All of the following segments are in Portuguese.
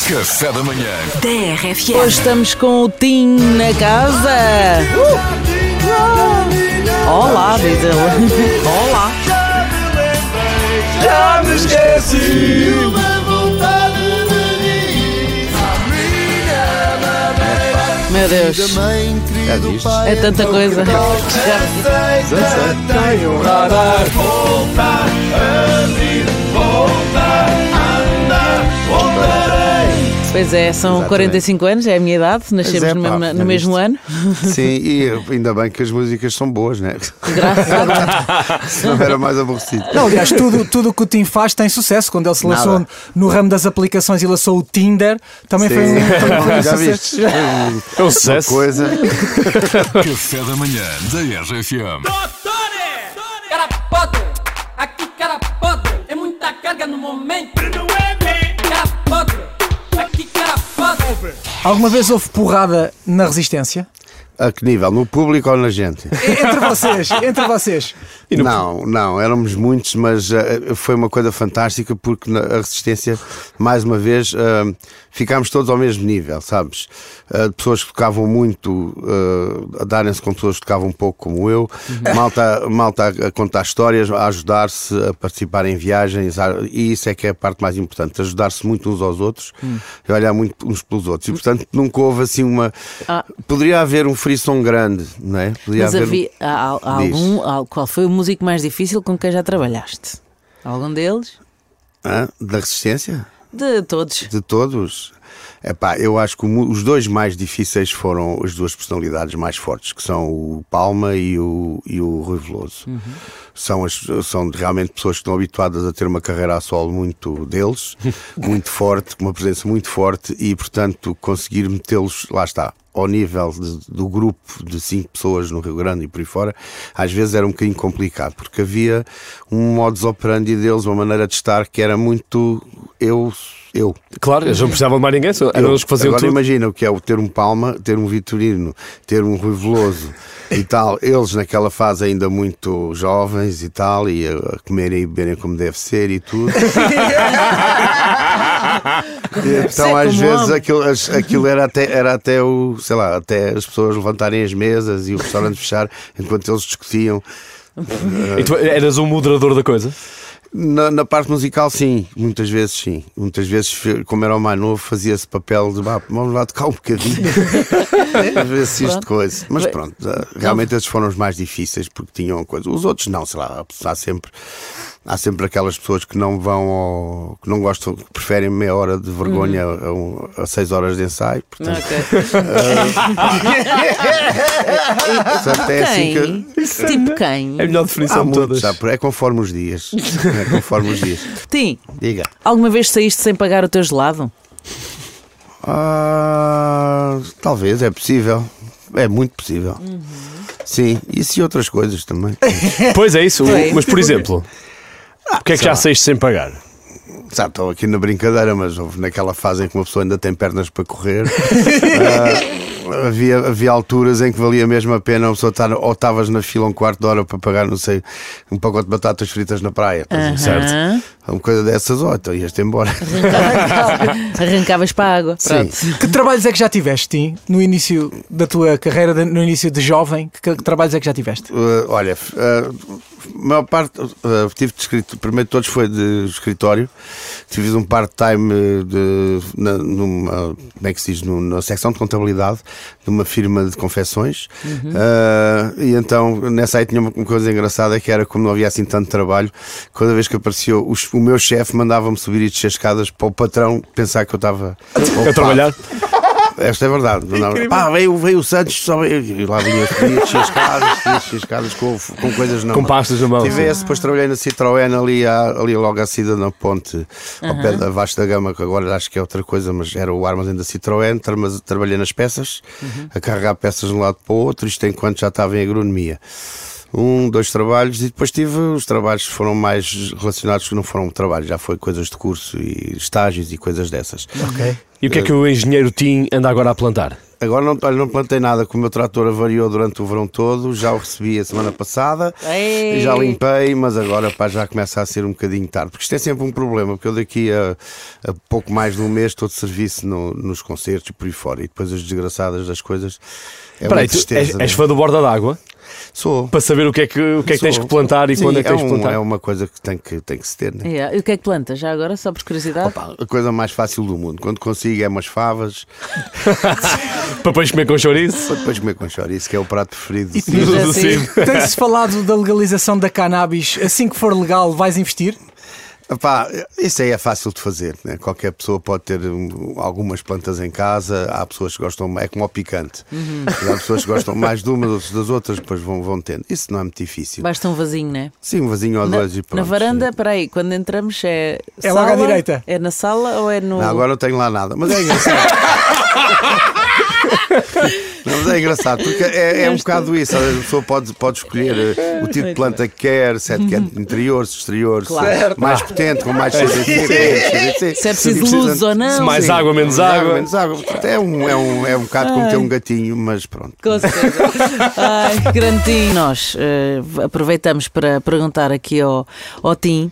Café da manhã. TRFM. Hoje estamos com o Tim na casa. Olá, diz ele. Olá. Já me esqueci. Meu Deus, é tanta coisa. Tenho radar. Voltar a vir, voltar a andar, voltarei. Pois é, são 45 anos, é a minha idade, nascemos no mesmo ano. Sim, e ainda bem que as músicas são boas, né? Graças a Deus. Se não era mais aborrecido. Não, aliás, tudo o que o Tim faz tem sucesso. Quando ele se lançou Nada. no ramo das aplicações e lançou o Tinder, também foi um já sucesso. viste? É um sucesso. Uma coisa. Café da manhã da RFM. Cara podre, aqui cara podre, é muita carga no momento. Cara podre, aqui cara podre. Alguma vez houve porrada na Resistência? A que nível? No público ou na gente? Entre vocês. Não, éramos muitos, mas foi uma coisa fantástica porque a Resistência, mais uma vez, ficámos todos ao mesmo nível, sabes? Pessoas que tocavam muito, a darem-se com pessoas que tocavam um pouco como eu, malta a contar histórias, a ajudar-se, a participar em viagens, e isso é que é a parte mais importante, ajudar-se muito uns aos outros e olhar muito uns pelos outros. E portanto nunca houve assim uma... Poderia haver um frisson grande, não é? Mas havia qual foi o músico mais difícil com quem já trabalhaste? Algum deles? Da Resistência? De todos. De todos? Epá, eu acho que os dois mais difíceis foram as duas personalidades mais fortes, que são o Palma e o Rui Veloso. São realmente pessoas que estão habituadas a ter uma carreira a solo muito deles, muito forte, com uma presença muito forte, e portanto conseguir metê-los, lá está, ao nível do grupo de 5 pessoas no Rio Grande e por aí fora, às vezes era um bocadinho complicado, porque havia um modus operandi deles, uma maneira de estar que era muito eu. Claro, eles não precisavam de mais ninguém, eram eles que faziam Agora tudo. imagina o que é ter um Palma, ter um Vitorino, ter um Rui Veloso e tal, eles naquela fase ainda muito jovens e tal, e a comerem e beberem como deve ser e tudo. Então às vezes aquilo era até o, sei lá, até as pessoas levantarem as mesas e o restaurante fechar enquanto eles discutiam. E tu eras um moderador da coisa? Na parte musical, sim, muitas vezes sim. Muitas vezes, como era o mais novo, fazia esse papel de vamos lá tocar um bocadinho, às vezes isto coisa. Mas pronto, realmente esses foram os mais difíceis porque tinham coisa. Os outros não, sei lá, há sempre aquelas pessoas que não vão que não gostam, que preferem meia hora de vergonha a 6 horas de ensaio. Portanto, é assim que... Tipo quem? É a melhor definição de todas. É conforme os dias. Tim, Diga. alguma vez saíste sem pagar o teu gelado? Talvez, é possível. É muito possível. Sim, isso e outras coisas também. Pois é isso, Foi. mas por exemplo, porque é que já saíste sem pagar? Sabe, estou aqui na brincadeira, mas houve naquela fase em que uma pessoa ainda tem pernas para correr. Havia alturas em que valia mesmo a pena a pessoa estar, ou estavas na fila um quarto de hora para pagar, não sei, um pacote de batatas fritas na praia, certo? Uma coisa dessas, então ias-te embora. Arrancavas para a água. Pronto. Sim. Que trabalhos é que já tiveste, Tim, no início da tua carreira, no início de jovem? Que trabalhos é que já tiveste? Olha, a maior parte tive de escritório, primeiro de todos foi de escritório. Tive um part-time numa, como é que se diz, na secção de contabilidade de uma firma de confecções. E então nessa aí tinha uma coisa engraçada, que era como não havia assim tanto trabalho, cada vez que apareceu o meu chefe mandava-me subir e descer escadas para o patrão pensar que eu estava A trabalhar? Esta é verdade. Veio o Santos, só veio, e lá vinha descia as escadas com coisas na Com mão. pastas na mão. Tive esse, depois trabalhei na Citroën ali logo à saída na ponte, ao pé da Vasta Gama, que agora acho que é outra coisa, mas era o armazém da Citroën. Trabalhei nas peças, a carregar peças de um lado para o outro, isto enquanto já estava em agronomia. 2 trabalhos, e depois tive os trabalhos que foram mais relacionados, que não foram trabalhos, já foi coisas de curso e estágios e coisas dessas. Ok. E o que é que o engenheiro Tim anda agora a plantar? Agora não plantei nada, como o meu trator avariou durante o verão todo, já o recebi a semana passada, Ei. já limpei, mas agora já começa a ser um bocadinho tarde, porque isto é sempre um problema, porque eu daqui a pouco mais de um mês estou de serviço nos concertos e por aí fora, e depois as desgraçadas das coisas é uma tristeza. És fã do Borda d'Água? Sou. Para saber o que é que tens que plantar e Sim, quando é que tens que plantar? É uma coisa que tem que se ter, né? E o que é que plantas? Já agora, só por curiosidade? Opa, a coisa mais fácil do mundo. Quando consigo é umas favas, Para depois comer com chouriço? para depois comer com chouriço, que é o prato preferido. E Do Sim. Cid. tem-se falado da legalização da cannabis. Assim que for legal, vais investir? Epá, isso aí é fácil de fazer, né? Qualquer pessoa pode ter algumas plantas em casa. Há pessoas que gostam, é como o picante. Há pessoas que gostam mais de umas, outras das outras, depois vão tendo. Isso não é muito difícil. Basta um vasinho, não é? Sim, um vasinho ou dois e pronto. Na varanda, peraí, quando entramos é É sala, logo à direita. É na sala ou é no... Não, agora não tenho lá nada, mas é engraçado. Não, mas é engraçado, porque é um bocado isso. A pessoa pode escolher o tipo de planta que quer, se é de interiores, exteriores, Claro. mais potente, com mais CDC, Se é preciso luz ou não. Se mais Sim, água, menos água. menos água. Portanto, é um bocado como ter um gatinho, mas pronto. Com certeza. Ai, que grandinho. Nós aproveitamos para perguntar aqui ao Tim.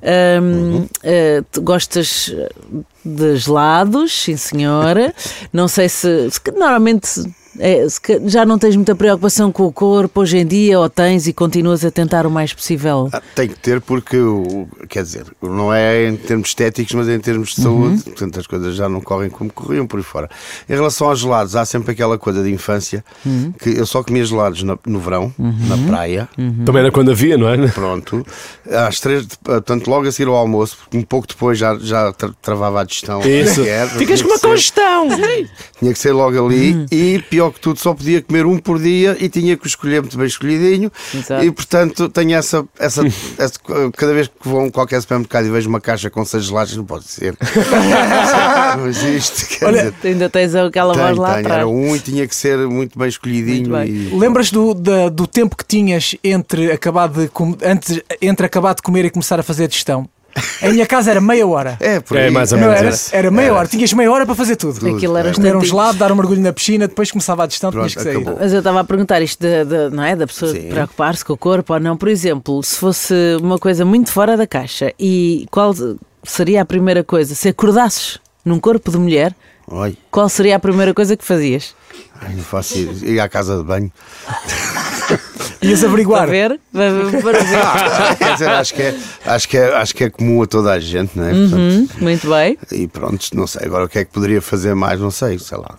Tu gostas de gelados, sim senhora. Não sei se normalmente já não tens muita preocupação com o corpo hoje em dia, ou tens e continuas a tentar o mais possível? Tem que ter, porque, quer dizer, não é em termos estéticos, mas em termos de saúde. Portanto, as coisas já não correm como corriam por aí fora. Em relação aos gelados, há sempre aquela coisa de infância que eu só comia gelados no verão, na praia. Também era quando havia, não é? Pronto, às 3, portanto, logo a seguir ao almoço, porque um pouco depois já travava a digestão. Isso. Ficas com uma congestão. Tinha que ser logo ali e, pior que tudo, só podia comer um por dia e tinha que escolher muito bem escolhidinho. Exato. E, portanto, tenho essa cada vez que vou a qualquer supermercado e vejo uma caixa com 6 gelados, não pode ser. Não existe. Quer dizer, Ainda tens aquela voz lá tenho. atrás. Era um e tinha que ser muito bem escolhidinho. Muito bem. E... Lembras do tempo que tinhas entre acabar de comer e começar a fazer a digestão? Em minha casa era meia hora. É, por aí. É mais ou Não menos era? isso. Era meia hora. Tinhas meia hora para fazer tudo. Aquilo era Comer um instantinho. gelado, dar um mergulho na piscina, depois começava a digestão, Pronto, tinhas que sair. acabou. Mas eu estava a perguntar isto não é? Da pessoa Sim. preocupar-se com o corpo ou não. Por exemplo, se fosse uma coisa muito fora da caixa, e qual seria a primeira coisa? Se acordasses num corpo de mulher, Oi, qual seria a primeira coisa que fazias? não faço isso. Ir à casa de banho. Ias Para averiguar. ver? Para ver. Quer dizer, acho que é comum a toda a gente, não é? Portanto, Muito bem. e pronto, não sei. Agora o que é que poderia fazer mais? Não sei lá.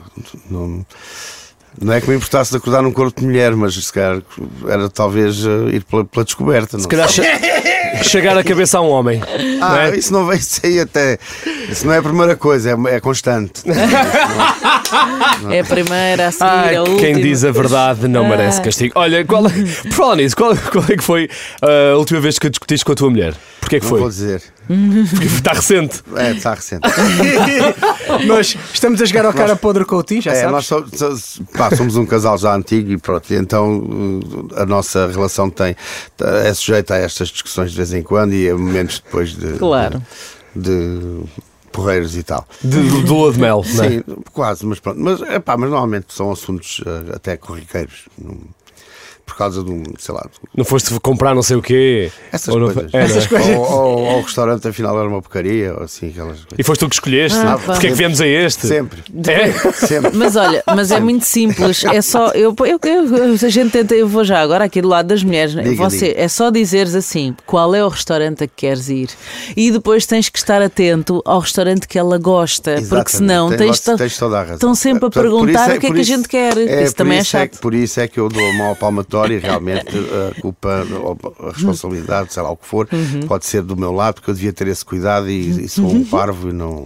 Não é que me importasse de acordar num corpo de mulher, mas se calhar era talvez ir pela descoberta. Se calhar chegar a cabeça a um homem. não é? Isso não vem sair até. Isso não é a primeira coisa, é constante. É a primeira, a seguir, Ai, a última. quem diz a verdade não merece castigo. Olha, por falar nisso, qual é que foi a última vez que discutiste com a tua mulher? Porquê que Não foi? vou dizer. Porque está recente. Está recente. Nós estamos a jogar ao cara podre com o Tim, já Nós sabes? somos um casal já antigo e pronto, então a nossa relação é sujeita a estas discussões de vez em quando e a momentos depois Claro. de porreiros e tal. De lua de mel, não é? Sim, quase, mas pronto. Mas normalmente são assuntos até corriqueiros. Por causa de sei lá. Não foste comprar não sei o quê. Essas Ou não- coisas. É, não é? Ou o restaurante afinal era uma porcaria, ou assim, aquelas coisas. E foste tu que escolheste. Ah, Porque é que viemos a este? Sempre. É? Sempre. Mas olha, é muito simples. É só. A gente tenta. Eu vou já agora aqui do lado das mulheres. Diga. É só dizeres assim: qual é o restaurante a que queres ir? E depois tens que estar atento ao restaurante que ela gosta. Porque Exatamente. senão tens toda a razão. estão sempre a Portanto, por perguntar isso o que é que a gente quer. Isso também é chato. Por isso é que eu dou a mão ao palmatório e realmente a culpa, ou a responsabilidade, sei lá o que for, pode ser do meu lado, porque eu devia ter esse cuidado e sou um parvo e não.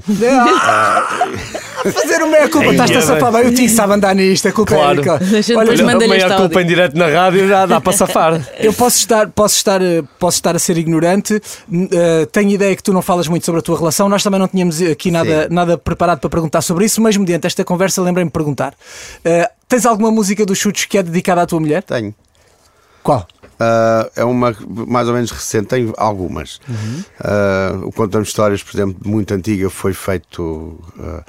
Fazer o meia-culpa, estás-te a safar bem. O Tim sabe andar nisto, a culpa Claro. é dele. A gente Olha, depois A manda-lhe este maior áudio. culpa em direto na rádio já dá para safar. eu posso estar a ser ignorante. Tenho ideia que tu não falas muito sobre a tua relação. Nós também não tínhamos aqui nada preparado para perguntar sobre isso, mas mediante esta conversa lembrei-me de perguntar. Tens alguma música dos Chutes que é dedicada à tua mulher? Tenho. Qual? É uma mais ou menos recente, tem algumas. O Conta-me Histórias, por exemplo, muito antiga, foi feito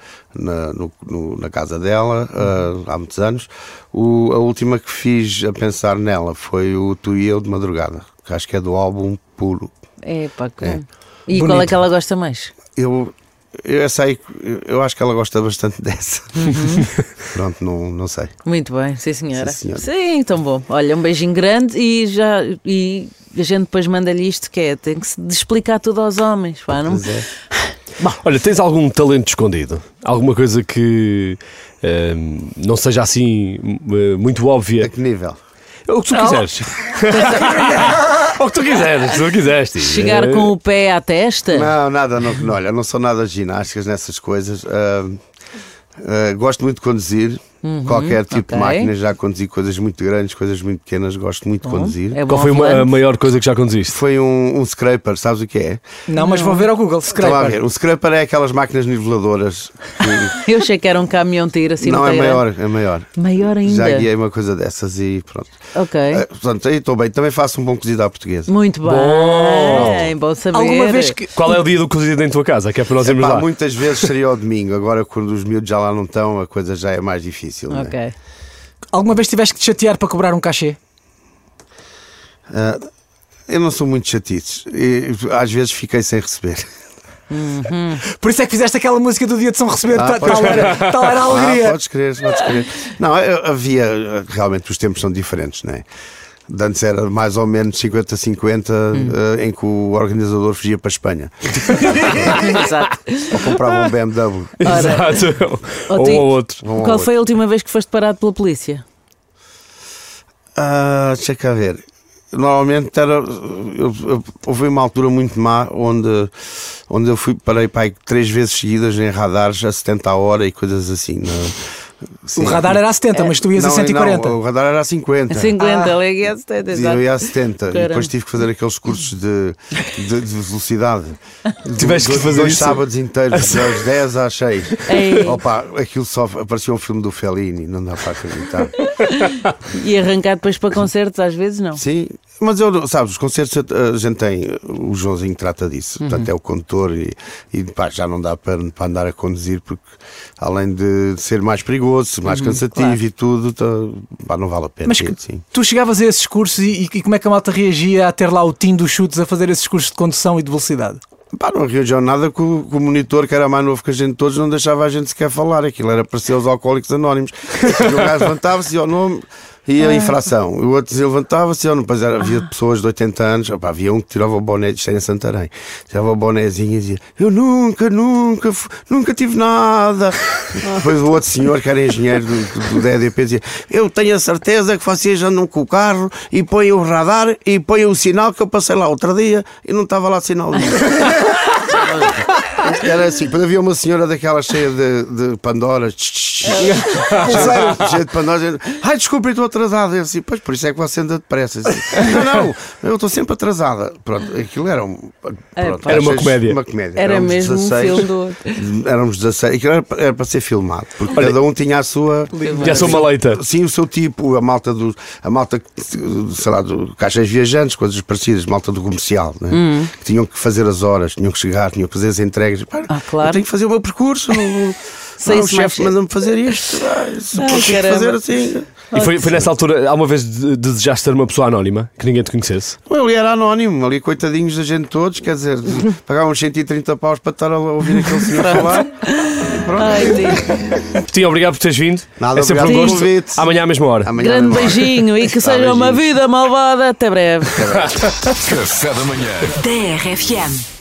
na casa dela há muitos anos. A última que fiz a pensar nela foi o Tu e Eu de Madrugada, que acho que é do álbum Puro. É, pá, É. E Bonito. qual é que ela gosta mais? Eu acho que ela gosta bastante dessa. Pronto, não sei. Muito bem, sim senhora. Sim, senhora. Sim, tão bom. Olha, um beijinho grande e a gente depois manda-lhe isto que é, tem que se explicar tudo aos homens. Pá, não... Pois é. Olha, tens algum talento escondido? Alguma coisa que não seja assim muito óbvia? A que nível? O que tu quiseres. O que tu quiseres, se tu quiseres. Tio. Chegar com o pé à testa? Não, nada, olha, não sou nada de ginásticas nessas coisas. Gosto muito de conduzir. Qualquer tipo ok. de máquina, já conduzi coisas muito grandes, coisas muito pequenas, gosto muito de conduzir. É bom Qual foi ao a volante? maior coisa que já conduziste? Foi um scraper, sabes o que é? Não, mas vão ver ao Google. Estão a Scraper. ver, um scraper é aquelas máquinas niveladoras. Eu achei que era um caminhão-tiro assim. Não, muito é grande. maior, é maior. Maior ainda. Já guiei uma coisa dessas e pronto. Ok. Portanto, aí estou bem. Também faço um bom cozido à portuguesa. Muito bem. Bom saber. Alguma vez que. Qual é o dia do cozido em tua casa? Que é para nós irmos Epá, lá. muitas vezes seria ao domingo, agora quando os miúdos já lá não estão, a coisa já é mais difícil. não é? Ok. Alguma vez tiveste que te chatear para cobrar um cachê? Eu não sou muito chatice. E, às vezes fiquei sem receber. Por isso é que fizeste aquela música do dia de São Receber. Tal pois era a alegria. Podes crer. Não, havia. Realmente os tempos são diferentes, não é? De antes era mais ou menos 50-50, em que o organizador fugia para a Espanha. Exato. Ou comprava um BMW. Exato. Ó, Ou Tim, ao outro. Um ou Qual outro. foi a última vez que foste parado pela polícia? Deixa cá ver. Normalmente houve uma altura muito má onde eu parei para aí 3 vezes seguidas em radares a 70 a hora e coisas assim. Sim. O radar era a 70, mas tu ias a 140. Não, o radar era a 50. 50, eu ia a 70, Sim, exato. eu ia a 70 e Caramba. depois tive que fazer aqueles cursos de velocidade. Tiveste que fazer dois isso? sábados inteiros, das 10 às 6. Ei. Opa, aquilo só parecia um filme do Fellini, não dá para acreditar. E arrancar depois para concertos, às vezes não. Sim, mas sabes, os concertos a gente tem, o Joãozinho trata disso, portanto é o condutor e pá, já não dá para andar a conduzir porque além de ser mais perigoso, mais cansativo claro. e tudo, pá, não vale a pena. Mas Sim. tu chegavas a esses cursos e como é que a malta reagia a ter lá o Tim dos chutes a fazer esses cursos de condução e de velocidade? Pá, não reagiu nada que o monitor, que era mais novo que a gente todos, não deixava a gente sequer falar. Aquilo era parecer os alcoólicos anónimos. O gajo levantava-se e ao nome e a infração. O outro levantava-se e depois havia pessoas de 80 anos. Opá, havia um que tirava o boné, isto é em Santarém, tirava o bonézinho e dizia: eu nunca tive nada. Depois o outro senhor, que era engenheiro do DDP, dizia: eu tenho a certeza que vocês andam com o carro e põem o radar e põem o sinal, que eu passei lá outro dia e não estava lá sinal nenhum. Era assim, depois havia uma senhora daquela cheia de Pandoras, cheia de Pandoras, ai, desculpe, estou atrasada. Eu assim, pois por isso é que você anda depressa. Assim, não, eu estou sempre atrasada. Pronto, aquilo era Era uma comédia. Era Éramos mesmo 16, um filme do outro. Éramos 16, aquilo era para ser filmado, porque cada um tinha a sua. Já sou uma leita. Sim, o seu tipo, a malta sei lá, do caixas viajantes, coisas parecidas, malta do comercial, né? Que tinham que fazer as horas, tinham que chegar, tinham que fazer as entregas. Pá, claro. Eu tenho que fazer o meu percurso. Sei o isso mais chefe cedo. manda-me fazer isto. Tenho que caramba. fazer assim. E foi nessa altura, alguma vez desejaste ser uma pessoa anónima, que ninguém te conhecesse? Ali era anónimo, ali coitadinhos da gente todos, quer dizer, pagavam uns 130 paus para estar a ouvir aquele senhor falar. Pronto. Ai, Tim. Tim, obrigado por teres vindo. Nada, É sempre um obrigado pelo gosto. convite. Amanhã à mesma hora. Amanhã Grande mesmo. beijinho e que seja uma beijinhos. vida malvada. Até breve. Café da manhã. TRFM.